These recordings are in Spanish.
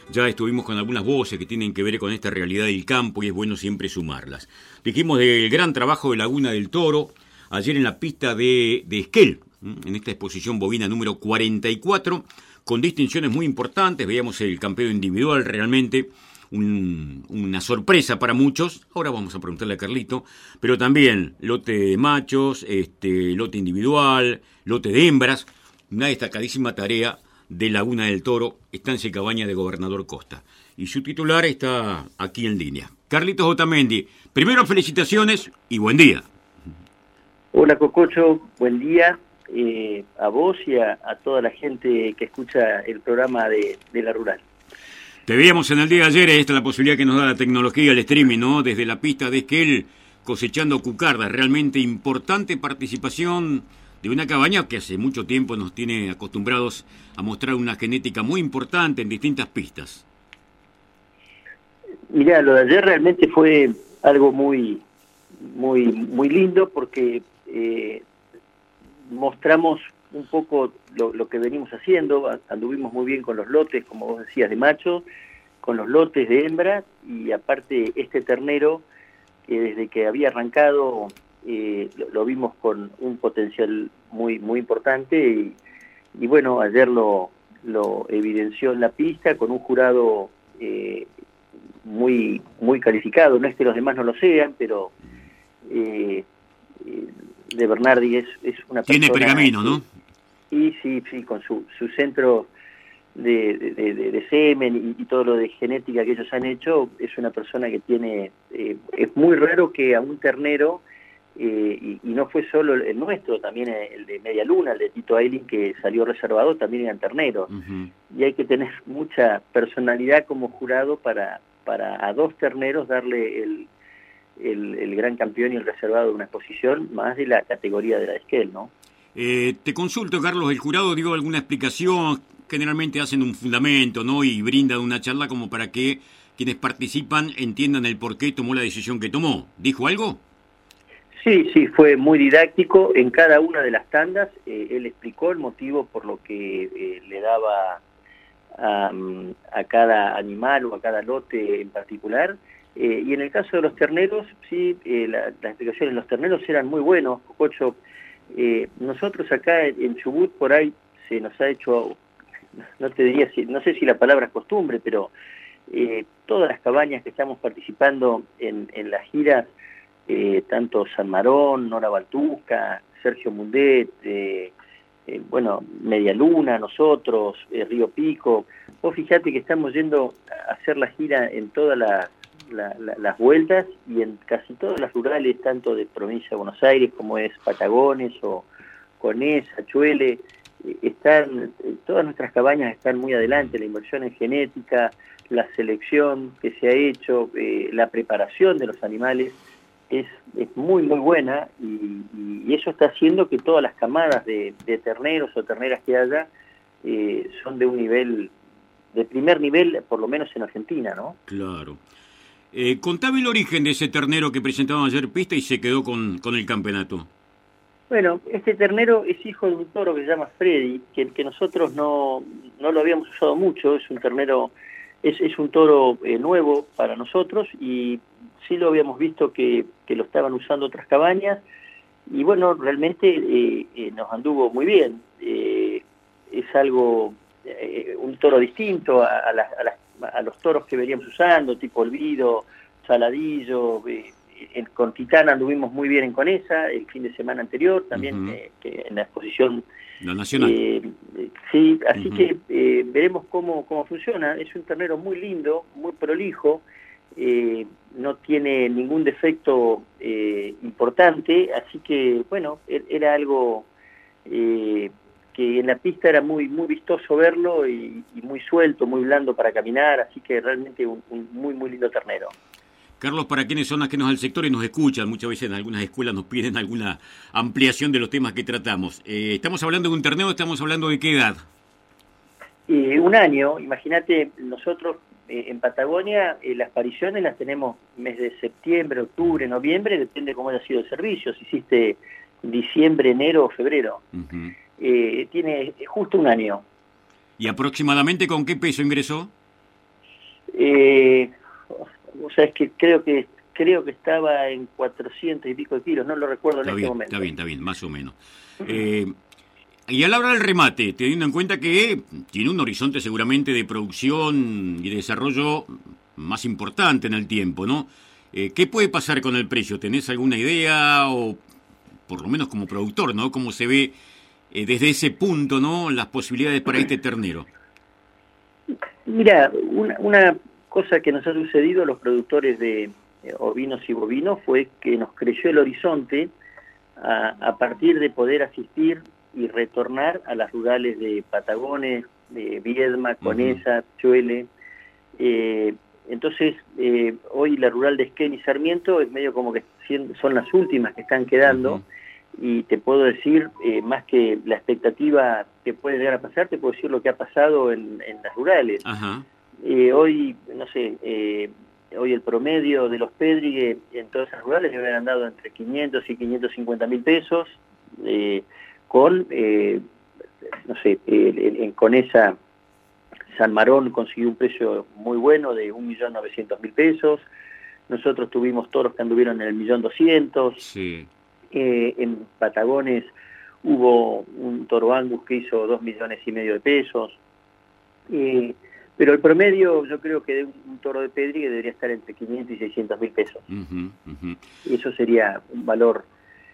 Ya estuvimos con algunas voces que tienen que ver con esta realidad del campo y es bueno siempre sumarlas. Dijimos del gran trabajo de Laguna del Toro, ayer en la pista de Esquel, en esta exposición bovina número 44, con distinciones muy importantes. Veíamos el campeón individual, realmente una sorpresa para muchos. Ahora vamos a preguntarle a Carlito, pero también lote de machos, lote individual, lote de hembras, una destacadísima tarea de Laguna del Toro, estancia y cabaña de Gobernador Costa. Y su titular está aquí en línea. Carlitos Otamendi, primero felicitaciones y buen día. Hola Cococho, buen día a vos y a toda la gente que escucha el programa de La Rural. Te veíamos en el día de ayer, esta es la posibilidad que nos da la tecnología, el streaming, ¿no? Desde la pista de Esquel, cosechando cucardas, realmente importante participación de una cabaña que hace mucho tiempo nos tiene acostumbrados a mostrar una genética muy importante en distintas pistas. Mirá, lo de ayer realmente fue algo muy lindo porque mostramos un poco lo que venimos haciendo. Anduvimos muy bien con los lotes, como vos decías, de macho, con los lotes de hembra, y aparte este ternero, que desde que había arrancado lo vimos con un potencial muy importante, y bueno, ayer lo evidenció en la pista con un jurado muy calificado. No es que los demás no lo sean, pero de Bernardi es una persona... Tiene pergamino, ¿no? Y sí, con su centro de semen y todo lo de genética que ellos han hecho, es una persona que tiene... es muy raro que a un ternero, y no fue solo el nuestro, también el de Media Luna, el de Tito Ailín, que salió reservado, también eran terneros. Y hay que tener mucha personalidad como jurado para a dos terneros darle el gran campeón y el reservado de una exposición, más de la categoría de la Esquel, ¿no? Te consulto, Carlos, ¿el jurado dio alguna explicación? Generalmente hacen un fundamento, ¿no? Y brindan una charla como para que quienes participan entiendan el por qué tomó la decisión que tomó. ¿Dijo algo? Sí, fue muy didáctico. En cada una de las tandas él explicó el motivo por lo que le daba a cada animal o a cada lote en particular. Y en el caso de los terneros, sí, las explicaciones de los terneros eran muy buenos, Cococho. Nosotros acá en Chubut por ahí se nos ha hecho, no te diría, no sé si la palabra es costumbre, pero todas las cabañas que estamos participando en las giras, tanto San Marón, Nora Baltusca, Sergio Mundet, bueno, Media Luna, nosotros, Río Pico. Vos fijate que estamos yendo a hacer la gira en todas las vueltas y en casi todas las rurales, tanto de provincia de Buenos Aires como es Patagones o Conés, Achuele. Todas nuestras cabañas están muy adelante, la inversión en genética, la selección que se ha hecho, la preparación de los animales es muy buena, y eso está haciendo que todas las camadas de terneros o terneras que haya son de un nivel, de primer nivel, por lo menos en Argentina, ¿no? Claro. Contame el origen de ese ternero que presentaban ayer pista y se quedó con el campeonato. Bueno, este ternero es hijo de un toro que se llama Freddy, que nosotros no lo habíamos usado mucho. Es un ternero, es un toro nuevo para nosotros, y sí lo habíamos visto que lo estaban usando otras cabañas, y bueno, realmente nos anduvo muy bien. Es algo, un toro distinto a los toros que veníamos usando, tipo Olvido, Saladillo. Con Titán anduvimos muy bien en Conesa el fin de semana anterior, también que en la exposición la nacional. Sí, así que veremos cómo funciona. Es un ternero muy lindo, muy prolijo, no tiene ningún defecto importante, así que bueno, era algo que en la pista era muy vistoso verlo, y muy suelto, muy blando para caminar, así que realmente un muy lindo ternero. Carlos, para quienes son ajenos al sector y nos escuchan, muchas veces en algunas escuelas nos piden alguna ampliación de los temas que tratamos. ¿Estamos hablando de un ternero? ¿Estamos hablando de qué edad? Un año. Imagínate, nosotros en Patagonia las pariciones las tenemos mes de septiembre, octubre, noviembre, depende cómo haya sido el servicio, si hiciste diciembre, enero o febrero. Tiene justo un año. ¿Y aproximadamente con qué peso ingresó? O sea, es que creo que estaba en 400 y pico de kilos, no lo recuerdo en este momento. Está bien, más o menos. Y a la hora del remate, teniendo en cuenta que tiene un horizonte seguramente de producción y de desarrollo más importante en el tiempo, ¿no? ¿Qué puede pasar con el precio? ¿Tenés alguna idea o, por lo menos como productor, ¿no? ¿Cómo se ve desde ese punto, ¿no? Las posibilidades para este ternero. Mira, una cosa que nos ha sucedido a los productores de ovinos y bovinos fue que nos creció el horizonte a partir de poder asistir y retornar a las rurales de Patagones, de Viedma, Conesa, Chuele. Entonces, hoy la rural de Esquel y Sarmiento es medio como que son las últimas que están quedando, y te puedo decir, más que la expectativa que puede llegar a pasar, te puedo decir lo que ha pasado en las rurales. Hoy, no sé, hoy el promedio de los Pedrigue en todas esas rurales debe haber andado entre 500 y 550 mil pesos, con, no sé, en Conesa, San Marón consiguió un precio muy bueno de 1.900.000 pesos. Nosotros tuvimos toros que anduvieron en el 1.200.000. Sí. En Patagones hubo un toro Angus que hizo 2,5 millones de pesos. Pero el promedio, yo creo que de un toro de Pedrigue debería estar entre 500 y 600.000 pesos. Eso sería un valor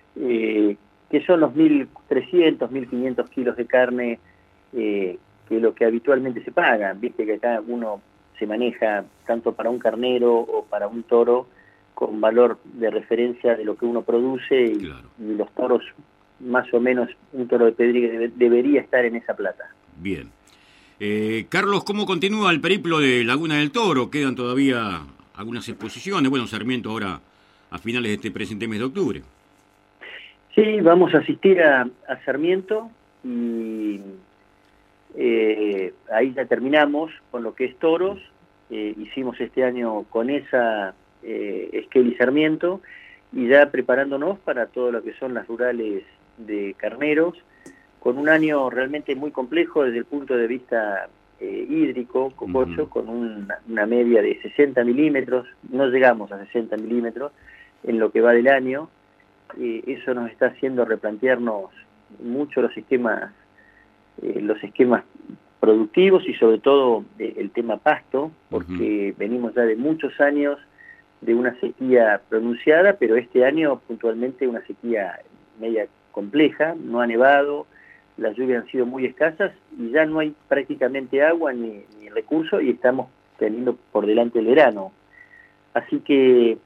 que son los 1.300, 1.500 kilos de carne, que es lo que habitualmente se paga. Viste que acá uno se maneja tanto para un carnero o para un toro con valor de referencia de lo que uno produce, y, claro, y los toros, más o menos, un toro de Pedrigue debería estar en esa plata. Bien. Carlos, ¿cómo continúa el periplo de Laguna del Toro? Quedan todavía algunas exposiciones. Bueno, Sarmiento ahora a finales de este presente mes de octubre. Sí, vamos a asistir a Sarmiento y ahí ya terminamos con lo que es toros. Hicimos este año Conesa, Esquel y Sarmiento, y ya preparándonos para todo lo que son las rurales de carneros, con un año realmente muy complejo desde el punto de vista hídrico, Cococho, con una media de 60 milímetros, no llegamos a 60 milímetros en lo que va del año. Eso nos está haciendo replantearnos mucho los esquemas productivos y sobre todo el tema pasto, porque venimos ya de muchos años de una sequía pronunciada, pero este año puntualmente una sequía media compleja, no ha nevado, las lluvias han sido muy escasas y ya no hay prácticamente agua ni recursos, y estamos teniendo por delante el verano. Así que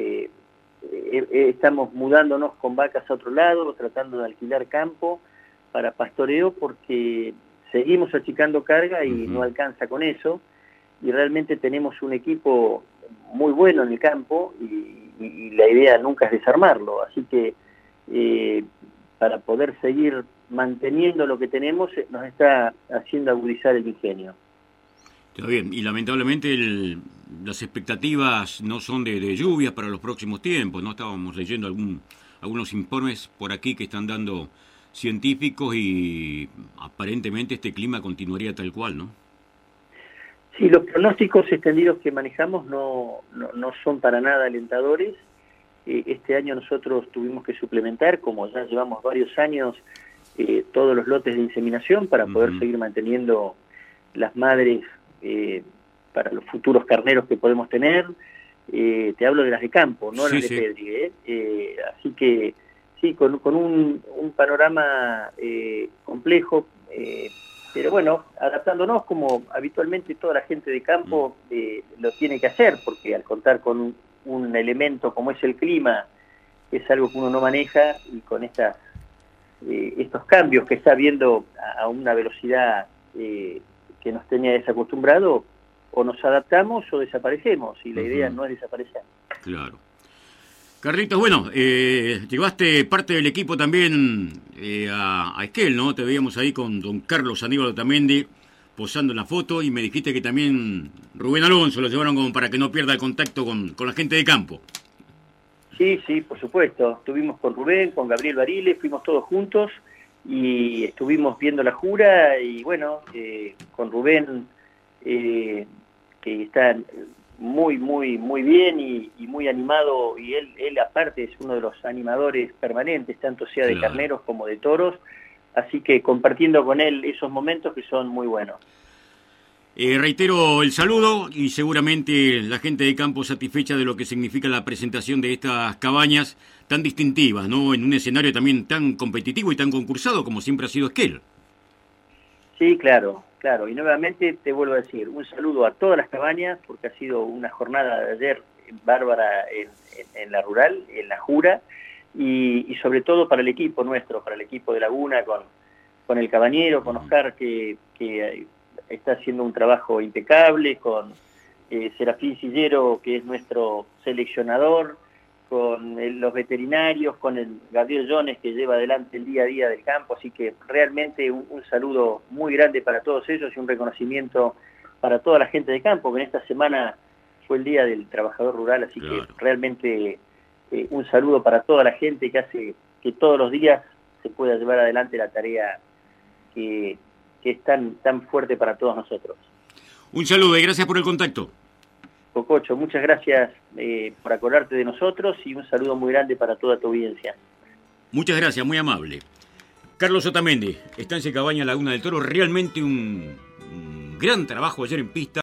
estamos mudándonos con vacas a otro lado, tratando de alquilar campo para pastoreo, porque seguimos achicando carga y no alcanza con eso, y realmente tenemos un equipo muy bueno en el campo y la idea nunca es desarmarlo, así que para poder seguir manteniendo lo que tenemos nos está haciendo agudizar el ingenio. Está bien, y lamentablemente las expectativas no son de lluvias para los próximos tiempos, ¿no? Estábamos leyendo algunos informes por aquí que están dando científicos y aparentemente este clima continuaría tal cual, ¿no? Sí, los pronósticos extendidos que manejamos no son para nada alentadores. Este año nosotros tuvimos que suplementar, como ya llevamos varios años, todos los lotes de inseminación para poder seguir manteniendo las madres para los futuros carneros que podemos tener. Te hablo de las de campo, no las de Pedrigue. Así que sí, con un panorama complejo, pero bueno, adaptándonos como habitualmente toda la gente de campo lo tiene que hacer, porque al contar con un elemento como es el clima, es algo que uno no maneja, y con estos cambios que está habiendo a una velocidad que nos tenía desacostumbrado, o nos adaptamos o desaparecemos, y la idea no es desaparecer. Claro. Carlitos, bueno, llevaste parte del equipo también a Esquel, ¿no? Te veíamos ahí con don Carlos Aníbal Otamendi posando en la foto, y me dijiste que también Rubén Alonso lo llevaron como para que no pierda el contacto con la gente de campo. Sí, por supuesto. Estuvimos con Rubén, con Gabriel Barile, fuimos todos juntos y estuvimos viendo la jura, y bueno, con Rubén, que está muy, muy, muy bien y muy animado, y él aparte es uno de los animadores permanentes, tanto sea de Claro. carneros como de toros, así que compartiendo con él esos momentos que son muy buenos. Reitero el saludo y seguramente la gente de campo satisfecha de lo que significa la presentación de estas cabañas tan distintivas, ¿no? En un escenario también tan competitivo y tan concursado como siempre ha sido Esquel. Sí, claro, claro. Y nuevamente te vuelvo a decir, un saludo a todas las cabañas, porque ha sido una jornada de ayer bárbara en la rural, en la Jura, y sobre todo para el equipo nuestro, para el equipo de Laguna, con el cabañero, con Oscar, que está haciendo un trabajo impecable, con Serafín Sillero, que es nuestro seleccionador, con los veterinarios, con el Gabriel Jones, que lleva adelante el día a día del campo, así que realmente un saludo muy grande para todos ellos y un reconocimiento para toda la gente de campo, que en esta semana fue el Día del Trabajador Rural, así Claro. que realmente un saludo para toda la gente que hace que todos los días se pueda llevar adelante la tarea que es tan fuerte para todos nosotros. Un saludo y gracias por el contacto. Cococho, muchas gracias por acordarte de nosotros y un saludo muy grande para toda tu audiencia. Muchas gracias, muy amable. Carlos Otamendi, Estancia Cabaña Laguna del Toro, realmente un gran trabajo ayer en pista.